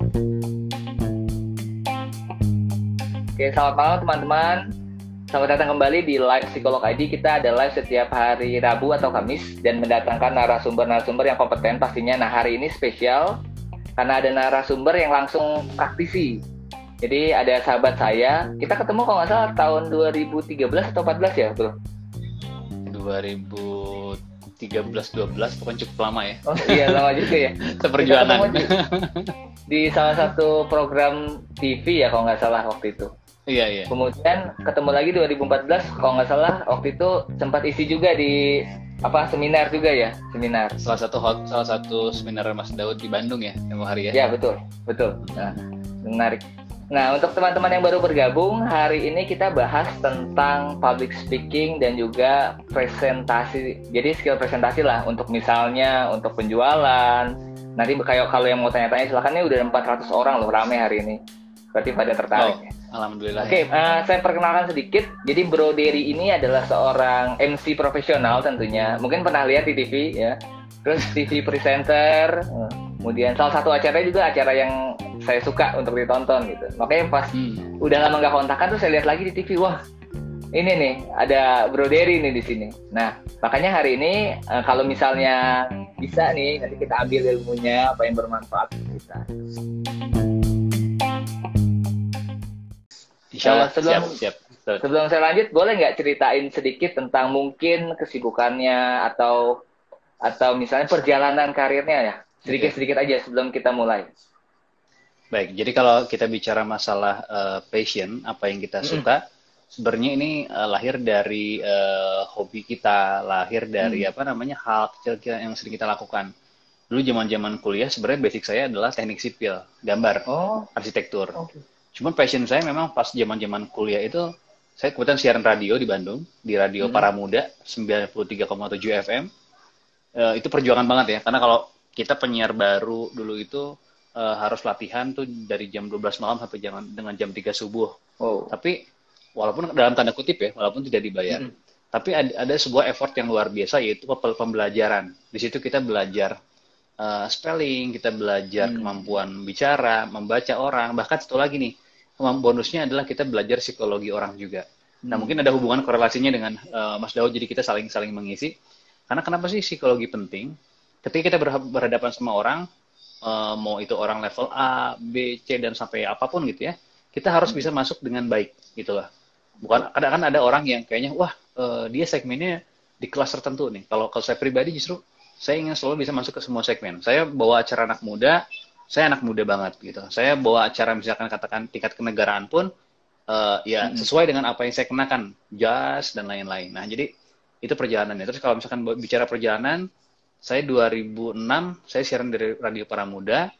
Oke, selamat malam teman-teman. Selamat datang kembali di Live Psikolog ID. Kita ada live setiap hari Rabu atau Kamis dan mendatangkan narasumber-narasumber yang kompeten pastinya. Nah, hari ini spesial karena ada narasumber yang langsung praktisi. Jadi ada sahabat saya, kita ketemu kalau nggak salah tahun 2013 atau 14 ya, bro? 2013-12, pokoknya cukup lama ya. Oh iya, lama juga ya. Seperjuangan. Di salah satu program TV ya kalau nggak salah waktu itu. Iya, iya. Kemudian ketemu lagi 2014 kalau nggak salah waktu itu sempat isi juga di seminar juga ya, seminar. Salah satu seminar Mas Daud di Bandung ya, tempo hari ya. Ya, betul. Nah, menarik. Nah, untuk teman-teman yang baru bergabung, hari ini kita bahas tentang public speaking dan juga presentasi. Jadi skill presentasi lah untuk misalnya untuk penjualan. Nanti kalau yang mau tanya-tanya silakan, nih udah 400 orang loh, rame hari ini. Berarti pada tertarik. Alhamdulillah. Oke, saya perkenalkan sedikit. Jadi Bro Dery ini adalah seorang MC profesional tentunya. Mungkin pernah lihat di TV ya. Terus TV presenter. Kemudian salah satu acaranya juga acara yang saya suka untuk ditonton gitu. Makanya pas udah lama nggak kontakan tuh saya lihat lagi di TV. Wah, ini nih ada Bro Dery nih di sini. Nah, makanya hari ini kalau misalnya bisa nih nanti kita ambil ilmunya apa yang bermanfaat untuk kita. Insyaallah. Siap. Sebelum saya lanjut, boleh nggak ceritain sedikit tentang mungkin kesibukannya atau misalnya perjalanan karirnya ya? Sedikit-sedikit aja sebelum kita mulai. Baik, jadi kalau kita bicara masalah passion, apa yang kita suka, sebenarnya ini lahir dari hobi kita, lahir dari hal kecil yang sering kita lakukan. Dulu zaman-zaman kuliah sebenarnya basic saya adalah teknik sipil, gambar, arsitektur. Okay. Cuman passion saya memang pas zaman-zaman kuliah itu, saya kebetulan siaran radio di Bandung, di Radio Paramuda 93,7 FM. Itu perjuangan banget ya, karena kalau kita penyiar baru dulu itu harus latihan tuh dari jam 12 malam sampai dengan jam 3 subuh. Tapi walaupun dalam tanda kutip ya, walaupun tidak dibayar. Tapi ada sebuah effort yang luar biasa, yaitu pembelajaran. Di situ kita belajar spelling, kita belajar kemampuan bicara, membaca orang, bahkan satu lagi nih, bonusnya adalah kita belajar psikologi orang juga. Nah, mungkin ada hubungan korelasinya dengan Mas Daud, jadi kita saling mengisi. Karena kenapa sih psikologi penting? Ketika kita berhadapan sama orang, mau itu orang level A, B, C, dan sampai apapun gitu ya, kita harus bisa masuk dengan baik gitu lah. Bukan, kadang-kadang ada orang yang kayaknya, dia segmennya di kelas tertentu nih. Kalau saya pribadi justru, saya ingin selalu bisa masuk ke semua segmen. Saya bawa acara anak muda, saya anak muda banget gitu. Saya bawa acara misalkan katakan tingkat kenegaraan pun, sesuai dengan apa yang saya kenakan, jazz dan lain-lain. Nah, jadi itu perjalanannya. Terus kalau misalkan bicara perjalanan, saya 2006, saya siaran dari Radio Paramuda.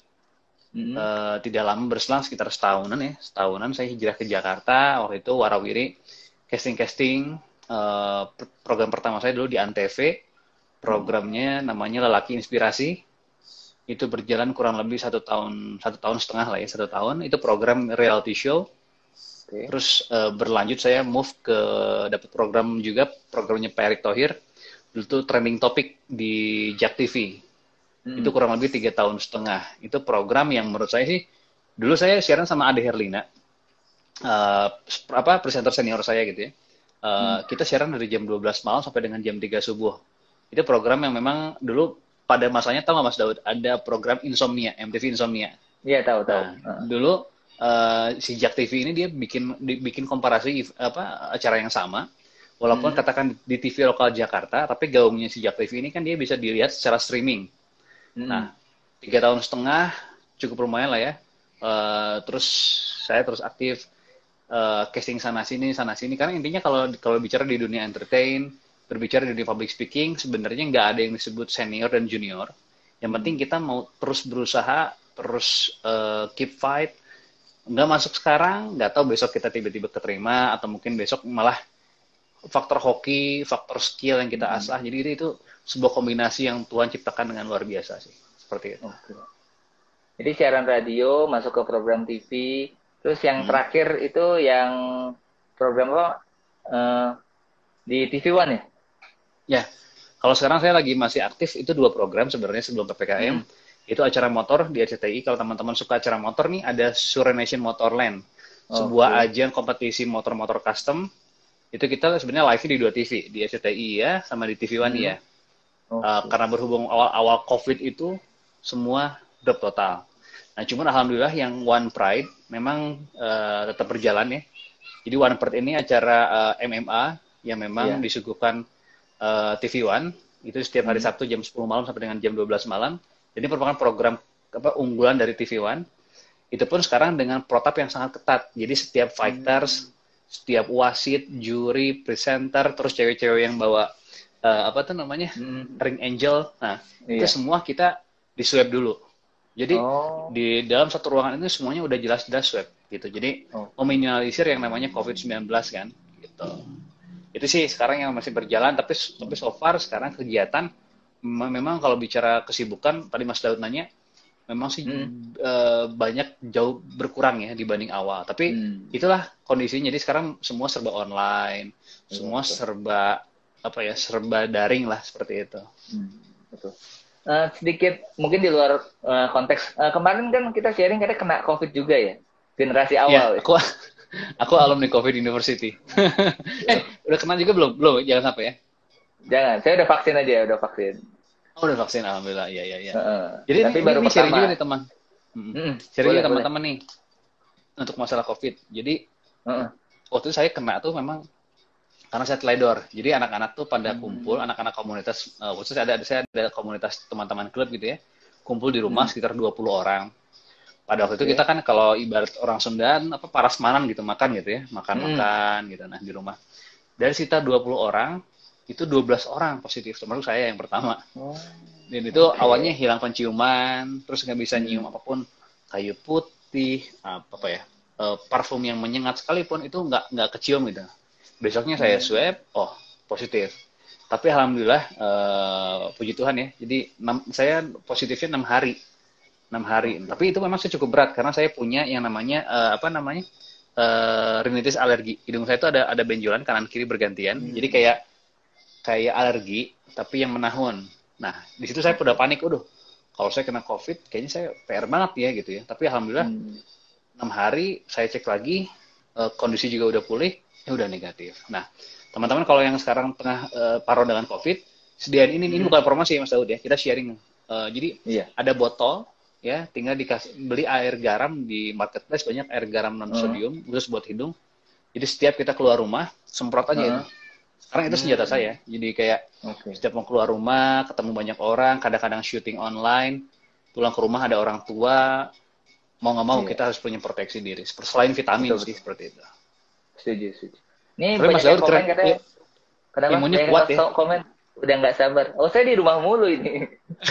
Tidak lama berselang sekitar setahunan saya hijrah ke Jakarta. Waktu itu warawiri casting. Program pertama saya dulu di Antv. Programnya namanya Lelaki Inspirasi. Itu berjalan kurang lebih 1 tahun setengah lah ya, 1 tahun. Itu program reality show. Okay. Terus berlanjut saya move ke dapat program juga, programnya Pak Erick Thohir. Itu trending topik di JAK TV. Itu kurang lebih 3 tahun setengah. Itu program yang menurut saya sih, dulu saya siaran sama Ade Herlina, presenter senior saya gitu ya. Kita siaran dari jam 12 malam sampai dengan jam 3 subuh. Itu program yang memang dulu pada masanya, tahu nggak Mas Daud, ada program Insomnia, MTV Insomnia. Iya, tahu. Dulu si JAK TV ini dia bikin komparasi acara yang sama. Walaupun katakan di TV lokal Jakarta, tapi gaungnya si JAK TV ini kan dia bisa dilihat secara streaming. Nah, 3 tahun setengah cukup lumayan lah ya. Terus saya terus aktif casting sana sini. Karena intinya kalau bicara di dunia entertain, berbicara di dunia public speaking, sebenarnya nggak ada yang disebut senior dan junior. Yang penting kita mau terus berusaha, terus keep fight. Nggak masuk sekarang, nggak tahu besok kita tiba-tiba keterima, atau mungkin besok malah faktor hoki, faktor skill yang kita asah. Jadi itu sebuah kombinasi yang Tuhan ciptakan dengan luar biasa sih. Seperti itu. Oke. Jadi siaran radio, masuk ke program TV, terus yang terakhir itu yang program di TV One ya? Ya, kalau sekarang saya lagi masih aktif, itu 2 program sebenarnya sebelum PPKM. Itu acara motor di RCTI. Kalau teman-teman suka acara motor nih, ada Surenation Motorland, sebuah Oke. ajang kompetisi motor-motor custom. Itu kita sebenarnya live di 2 TV, di RCTI ya, sama di TV One ya. Oke. Karena berhubung awal-awal COVID itu semua drop total. Nah, cuman alhamdulillah yang One Pride memang tetap berjalan ya. Jadi One Pride ini acara MMA yang memang disuguhkan TV One itu setiap hari Sabtu jam 10 malam sampai dengan jam 12 malam. Jadi merupakan program unggulan dari TV One. Itu pun sekarang dengan protap yang sangat ketat. Jadi setiap fighters, setiap wasit, juri, presenter, terus cewek-cewek yang bawa apa tuh namanya ring angel. Nah, itu semua kita di swab dulu. Jadi di dalam satu ruangan itu semuanya udah jelas-jelas swab gitu. Jadi meminimalisir yang namanya COVID-19 kan gitu. Itu sih sekarang yang masih berjalan, tapi so far sekarang kegiatan memang kalau bicara kesibukan tadi Mas Daud nanya memang sih banyak jauh berkurang ya dibanding awal. Tapi itulah kondisinya. Jadi sekarang semua serba online, semua serba serba daring lah seperti itu. Betul. Sedikit mungkin di luar konteks kemarin kan kita sharing katanya kena COVID juga ya, generasi awal. Ya, aku alumni COVID University. Udah kena juga belum? Belum, jangan sampai ya. Jangan, saya udah vaksin aja ya, udah vaksin. Oh, udah vaksin, alhamdulillah. Iya. Jadi tapi ini, baru ini sharing pertama. juga nih teman. Sharing juga teman-teman nih untuk masalah COVID. Jadi waktu itu saya kena tuh memang karena saya teledor. Jadi anak-anak tuh pada kumpul, anak-anak komunitas, khususnya saya ada komunitas teman-teman klub gitu ya, kumpul di rumah sekitar 20 orang. Pada waktu itu kita kan kalau ibarat orang Sundan parasmanan gitu makan gitu ya, makan-makan gitu. Nah di rumah dari sekitar 20 orang itu 12 orang positif, termasuk saya yang pertama. Dan itu awalnya hilang penciuman, terus nggak bisa nyium apapun, kayu putih, parfum yang menyengat sekalipun itu nggak kecium gitu. Besoknya saya swab, positif. Tapi alhamdulillah, puji Tuhan ya. Jadi saya positifnya 6 hari. 6 hari. Tapi itu memang cukup berat karena saya punya yang namanya rinitis alergi. Hidung saya itu ada benjolan kanan kiri bergantian. Jadi kayak alergi tapi yang menahun. Nah, di situ saya udah panik, kalau saya kena COVID kayaknya saya PR banget ya gitu ya. Tapi alhamdulillah 6 hari saya cek lagi, kondisi juga udah pulih, ya udah negatif. Nah, teman-teman kalau yang sekarang tengah paro dengan COVID, sediain ini bukan promosi ya Mas Daud ya, kita sharing. Jadi ada botol ya, tinggal beli air garam di marketplace, banyak air garam non sodium khusus buat hidung. Jadi setiap kita keluar rumah semprot aja itu. Sekarang itu senjata saya. Jadi kayak setiap mau keluar rumah, ketemu banyak orang, kadang-kadang syuting online, pulang ke rumah ada orang tua, mau nggak mau kita harus punya proteksi diri. Selain vitamin sih seperti itu. Setuju. Ini tapi banyak yang komen katanya, kenapa imunnya banyak kuat ya? Komen udah nggak sabar. Saya di rumah mulu ini.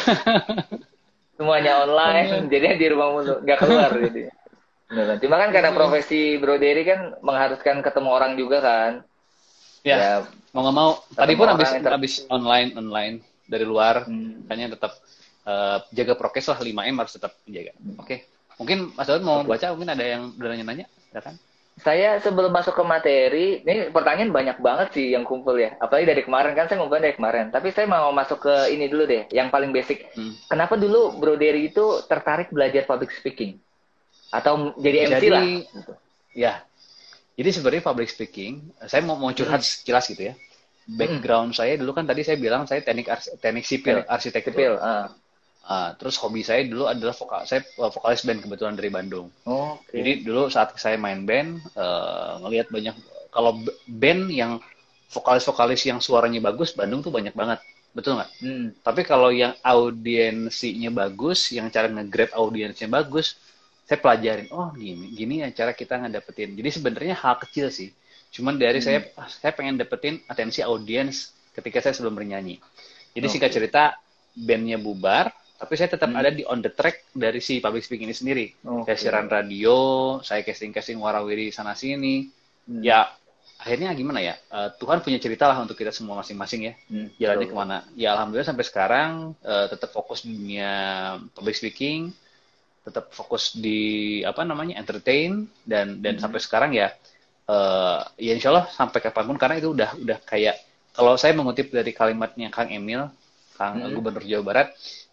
Semuanya online, jadinya di rumah mulu, nggak keluar jadi. Cuma kan karena profesi Bro Dery kan mengharuskan ketemu orang juga kan. Ya mau nggak mau. Tadi pun habis online dari luar, makanya tetap jaga prokes lah, 5M harus tetap dijaga. Oke. Mungkin Mas Daud mau baca, mungkin ada yang udah nanya-nanya, silakan. Saya sebelum masuk ke materi, ini pertanyaan banyak banget sih yang kumpul ya. Apalagi dari kemarin, kan saya ngumpulin dari kemarin. Tapi saya mau masuk ke ini dulu deh, yang paling basic. Kenapa dulu Bro Dery itu tertarik belajar public speaking? Atau jadi MC lah? Ya, jadi sebenarnya public speaking, saya mau curhat sekilas gitu ya. Background saya dulu kan tadi saya bilang saya teknik sipil, arsitektur. Terus hobi saya dulu adalah saya vokalis band kebetulan dari Bandung. Jadi dulu saat saya main band, ngelihat banyak, kalau band yang vokalis yang suaranya bagus, Bandung tuh banyak banget, betul nggak? Tapi kalau yang audiensinya bagus, yang cara nge-grab audiensnya bagus, saya pelajarin. Gini ya cara kita ngedapetin. Jadi sebenarnya hal kecil sih. Cuman dari saya pengen dapetin atensi audiens ketika saya sebelum bernyanyi. Jadi singkat cerita, bandnya bubar, tapi saya tetap ada di on the track dari si public speaking ini sendiri. Saya siaran radio, saya casting warawiri sana sini. Ya akhirnya gimana ya? Tuhan punya cerita lah untuk kita semua masing-masing ya. Jalannya kemana? Ya alhamdulillah sampai sekarang tetap fokus di dunia public speaking, tetap fokus di entertain dan sampai sekarang ya insya Allah sampai kapanpun, karena itu udah kayak, kalau saya mengutip dari kalimatnya Kang Emil, Gubernur Jawa Barat,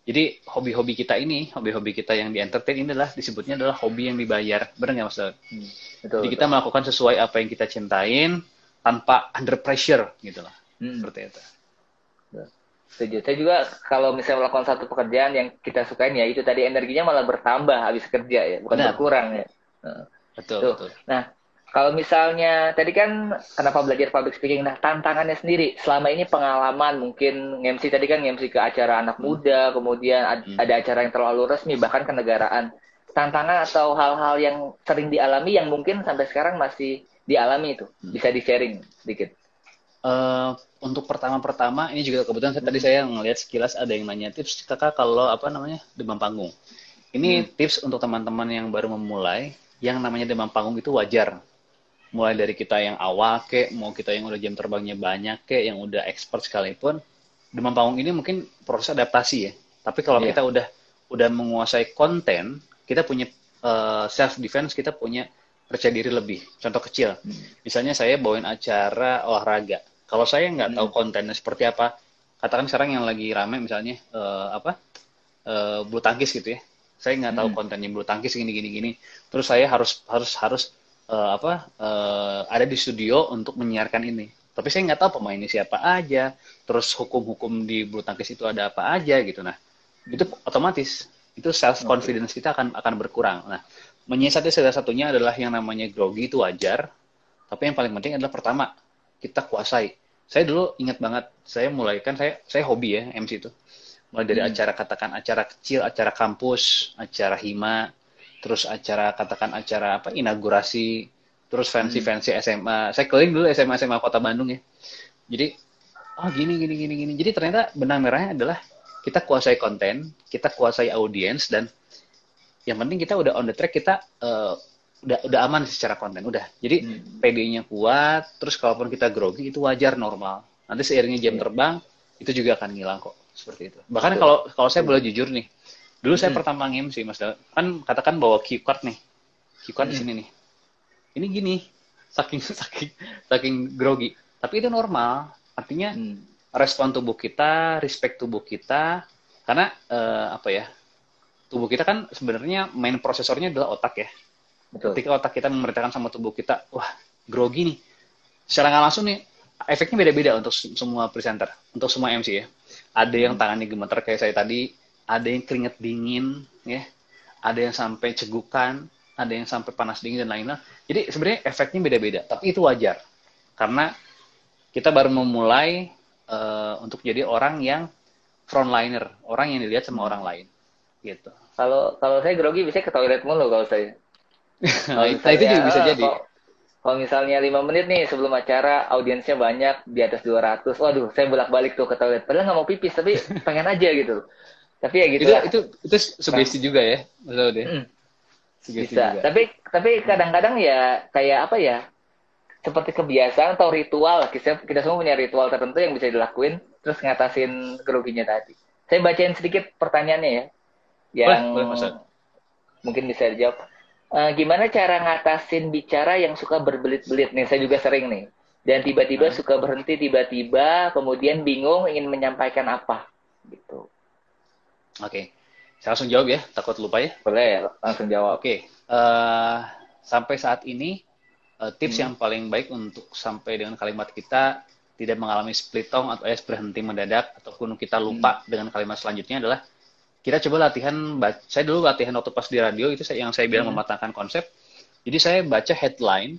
Jadi hobi-hobi kita yang di entertain ini adalah disebutnya adalah hobi yang dibayar. Benar nggak Mas? Betul, Jadi betul. kita melakukan sesuai apa yang kita cintain tanpa under pressure gitu lah. Hmm. Seperti itu. Setuju. Saya juga kalau misalnya melakukan satu pekerjaan yang kita sukain ya itu tadi energinya malah bertambah habis kerja ya, bukan Benar. berkurang ya. Nah, Betul, tuh. betul. Nah, kalau misalnya tadi kan kenapa belajar public speaking? Nah, tantangannya sendiri selama ini pengalaman mungkin MC tadi kan MC ke acara anak Hmm. muda, kemudian Hmm. ada acara yang terlalu resmi bahkan kenegaraan. Tantangan atau hal-hal yang sering dialami yang mungkin sampai sekarang masih dialami itu. Bisa di-sharing sedikit. Untuk pertama-pertama ini juga kebetulan tadi saya ngelihat sekilas ada yang nanya tips kakak kalau apa namanya demam panggung. Ini tips untuk teman-teman yang baru memulai, yang namanya demam panggung itu wajar. Mulai dari kita yang awal kek, mau kita yang udah jam terbangnya banyak kek, yang udah expert sekalipun, demam panggung ini mungkin proses adaptasi ya. Tapi kalau Iya. kita udah menguasai konten, kita punya self defense, kita punya percaya diri lebih. Contoh kecil, misalnya saya bawain acara olahraga. Kalau saya nggak tahu kontennya seperti apa, katakan sekarang yang lagi rame misalnya bulu tangkis gitu ya. Saya nggak tahu kontennya bulu tangkis gini. Terus saya harus ada di studio untuk menyiarkan ini. Tapi saya nggak tahu pemainnya siapa aja. Terus hukum-hukum di bulu tangkis itu ada apa aja gitu. Nah, itu otomatis itu self confidence kita akan berkurang. Nah, menyiasati salah satunya adalah yang namanya grogi itu wajar. Tapi yang paling penting adalah pertama kita kuasai. Saya dulu ingat banget, saya mulai kan saya hobi ya MC itu. Mulai dari acara katakan acara kecil, acara kampus, acara hima, terus acara apa inaugurasi, terus fancy SMA. Saya keliling dulu SMA Kota Bandung ya. Jadi gini. Jadi ternyata benang merahnya adalah kita kuasai konten, kita kuasai audiens, dan yang penting kita udah on the track, kita udah aman secara konten, udah. Jadi PD-nya kuat, terus kalaupun kita grogi itu wajar, normal. Nanti seiringnya jam terbang itu juga akan ngilang kok, seperti itu. Bahkan kalau saya boleh jujur nih, dulu saya pertama nge-MC Mas Dal, kan katakan bawa cue card nih. Cue card di sini nih. Ini gini, saking grogi. Tapi itu normal. Artinya respon tubuh kita, respect tubuh kita, karena tubuh kita kan sebenarnya main prosesornya adalah otak ya. Betul. Ketika otak kita memerintahkan sama tubuh kita, wah grogi nih. Secara nggak langsung nih, efeknya beda-beda untuk semua presenter, untuk semua MC ya. Ada yang tangannya gemeter kayak saya tadi, ada yang keringet dingin, ya, ada yang sampai cegukan, ada yang sampai panas dingin dan lain-lain. Jadi sebenarnya efeknya beda-beda, tapi itu wajar karena kita baru memulai untuk jadi orang yang frontliner, orang yang dilihat sama orang lain, gitu. Kalau saya grogi bisa ke toilet mulu kalau saya. Kalau Nah, itu misalnya, juga bisa jadi. kalau misalnya 5 menit nih sebelum acara, audiensnya banyak di atas 200, waduh, saya bolak-balik tuh ke toilet. Padahal nggak mau pipis, tapi pengen aja gitu. Tapi ya gitulah. Itu sugesti juga ya, maksudnya. Sugesti Bisa. juga. Tapi kadang-kadang ya kayak apa ya? Seperti kebiasaan atau ritual. Kita semua punya ritual tertentu yang bisa dilakuin, terus ngatasin kerugiannya tadi. Saya bacain sedikit pertanyaannya ya, yang Boleh Mas. mungkin bisa dijawab. Gimana cara ngatasin bicara yang suka berbelit-belit nih? Saya juga sering nih. Dan tiba-tiba suka berhenti tiba-tiba, kemudian bingung ingin menyampaikan apa, gitu. Oke, saya langsung jawab ya, takut lupa ya. Boleh langsung jawab. Oke, sampai saat ini tips yang paling baik untuk sampai dengan kalimat kita tidak mengalami split tongue atau berhenti mendadak ataupun kita lupa dengan kalimat selanjutnya adalah kita coba latihan. Saya dulu latihan waktu pas di radio itu yang saya bilang mematangkan konsep. Jadi saya baca headline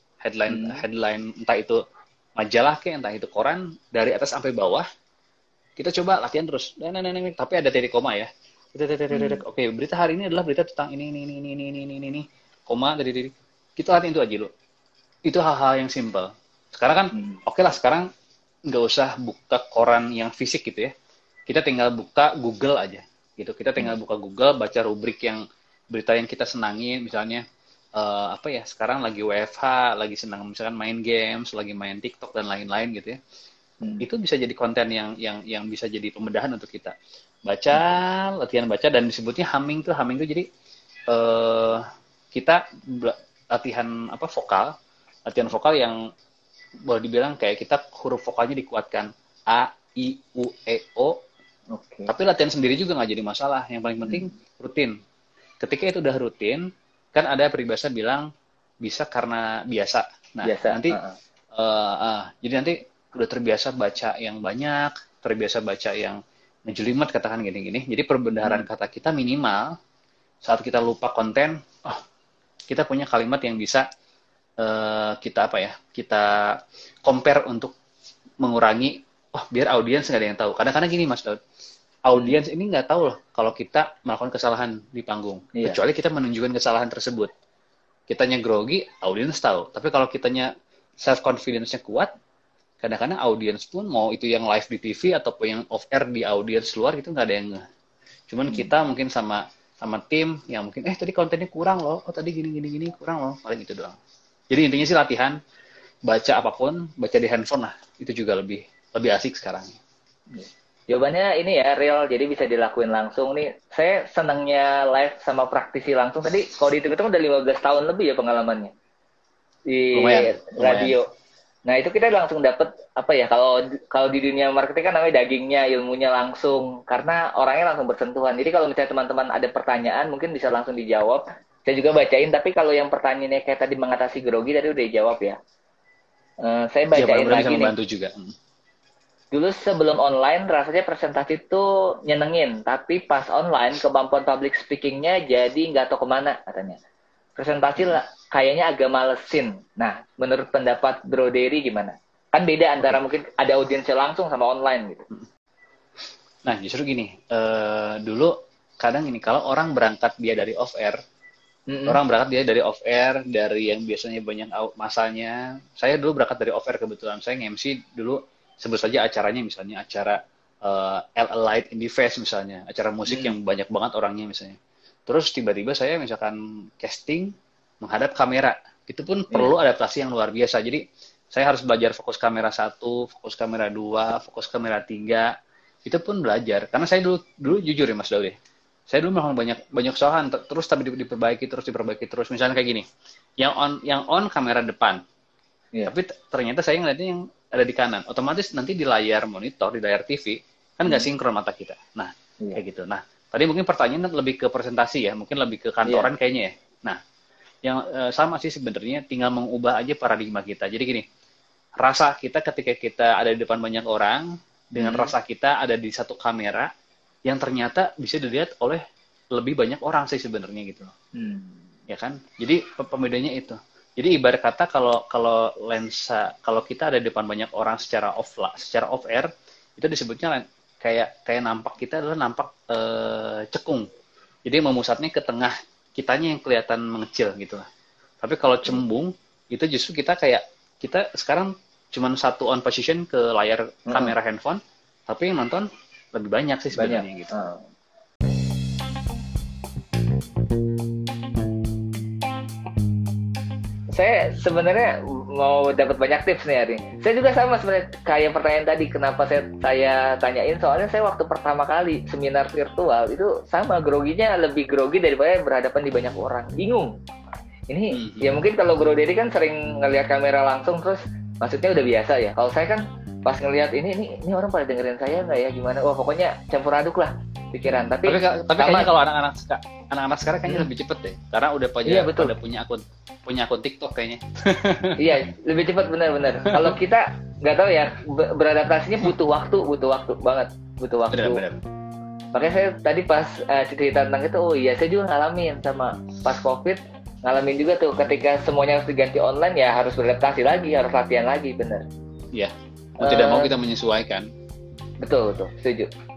entah itu majalah ke, entah itu koran, dari atas sampai bawah. Kita coba latihan terus. Tapi ada titik koma ya. Oke, berita hari ini adalah berita tentang ini. Koma dari kita latihan itu aja dulu. Itu hal-hal yang simple. Sekarang kan oke lah, sekarang nggak usah buka koran yang fisik gitu ya. Kita tinggal buka Google aja. Gitu. Kita tinggal buka Google, baca rubrik yang berita yang kita senangi, misalnya sekarang lagi WFH, lagi senang misalkan main games, lagi main TikTok dan lain-lain gitu ya. Itu bisa jadi konten yang bisa jadi pembedahan untuk kita. Baca, latihan baca, dan disebutnya humming tuh jadi kita latihan vokal yang boleh dibilang kayak kita huruf vokalnya dikuatkan. A, I, U, E, O, Oke. Tapi latihan sendiri juga nggak jadi masalah. Yang paling penting rutin. Ketika itu udah rutin, kan ada peribahasa bilang bisa karena biasa. Nah, Biasa. nanti jadi nanti udah terbiasa baca yang banyak, terbiasa baca yang ngejelimet katakan gini-gini. Jadi perbendaharaan kata kita minimal saat kita lupa konten, kita punya kalimat yang bisa kita kita compare untuk mengurangi, biar audiens nggak ada yang tahu. Kadang-kadang gini Mas Daud, audiens ini nggak tahu loh kalau kita melakukan kesalahan di panggung, kecuali kita menunjukkan kesalahan tersebut. Kitanya grogi, audiens tahu. Tapi kalau kitanya self confidence-nya kuat, kadang-kadang audiens pun mau itu yang live di TV ataupun yang off air di audiens luar itu nggak ada yang ngeh. Cuman kita mungkin sama tim yang mungkin tadi kontennya kurang loh, tadi gini kurang loh, paling itu doang. Jadi intinya sih latihan, baca apapun, baca di handphone lah, itu juga lebih asik sekarang. Jawabannya ini ya real, jadi bisa dilakuin langsung nih. Saya senangnya live sama praktisi langsung. Tadi kalau dihitung-hitung udah 15 tahun lebih ya pengalamannya di radio. Nah itu kita langsung dapet kalau di dunia marketing kan namanya dagingnya, ilmunya langsung, karena orangnya langsung bersentuhan. Jadi kalau misalnya teman-teman ada pertanyaan mungkin bisa langsung dijawab. Saya juga bacain, tapi kalau yang pertanyaannya kayak tadi mengatasi grogi tadi udah dijawab ya. Saya bacain lagi nih. Juga. Dulu sebelum online rasanya presentasi itu nyenengin, tapi pas online kemampuan public speakingnya jadi nggak tahu kemana katanya. Presentasi lah kayaknya agak malesin. Nah, menurut pendapat Bro Dery gimana? Kan beda antara mungkin ada audiensnya langsung sama online gitu. Nah, justru gini, dulu kadang ini kalau orang berangkat dia dari off air, dari yang biasanya banyak masanya. Saya dulu berangkat dari off air kebetulan. Saya nge-MC dulu, sebut saja acaranya misalnya acara Light in the Fest misalnya, acara musik yang banyak banget orangnya misalnya. Terus tiba-tiba saya misalkan casting menghadap kamera, itu pun perlu adaptasi yang luar biasa. Jadi saya harus belajar fokus kamera 1, fokus kamera 2, fokus kamera 3. Itu pun belajar. Karena saya dulu jujur ya Mas Daud, saya dulu melakukan banyak kesalahan, terus tapi diperbaiki terus. Misalnya kayak gini, yang on kamera depan, tapi ternyata saya ngeliatnya yang ada di kanan. Otomatis nanti di layar monitor, di layar TV kan nggak sinkron mata kita. Nah, kayak gitu. Nah, tadi mungkin pertanyaan lebih ke presentasi ya, mungkin lebih ke kantoran kayaknya ya. Nah, yang sama sih sebenarnya, tinggal mengubah aja paradigma kita. Jadi gini, rasa kita ketika kita ada di depan banyak orang, dengan rasa kita ada di satu kamera, yang ternyata bisa dilihat oleh lebih banyak orang sih sebenarnya gitu loh. Ya kan? Jadi pembedanya itu. Jadi ibarat kata kalau lensa, kalau kita ada di depan banyak orang secara off air, itu disebutnya kayak nampak kita adalah nampak cekung. Jadi memusatnya ke tengah, kitanya yang kelihatan mengecil gitu lah. Tapi kalau cembung, itu justru kita sekarang cuma satu on position ke layar kamera handphone, tapi yang nonton lebih banyak sih sebenarnya gitu. Saya sebenarnya mau dapat banyak tips nih hari. Saya juga sama sebenarnya kayak pertanyaan tadi, kenapa saya tanyain, soalnya saya waktu pertama kali seminar virtual itu sama groginya, lebih grogi daripada berhadapan di banyak orang. Bingung. Ini ya mungkin kalau Bro Dery kan sering ngelihat kamera langsung terus maksudnya udah biasa ya. Kalau saya kan pas ngelihat ini orang pada dengerin saya nggak ya, gimana? Wah pokoknya campur aduk lah pikiran. Tapi kayaknya kalau anak-anak sekarang kayaknya lebih cepet deh, karena udah pada punya akun TikTok kayaknya. Iya, lebih cepat benar-benar. Kalau kita nggak tahu ya, beradaptasinya butuh waktu banget, butuh waktu. Benar. Makanya saya tadi pas cerita tentang itu, saya juga ngalamin sama pas COVID, ngalamin juga tuh ketika semuanya harus diganti online ya harus beradaptasi lagi, harus latihan lagi, benar. Iya. Mau tidak mau kita menyesuaikan. Betul, setuju.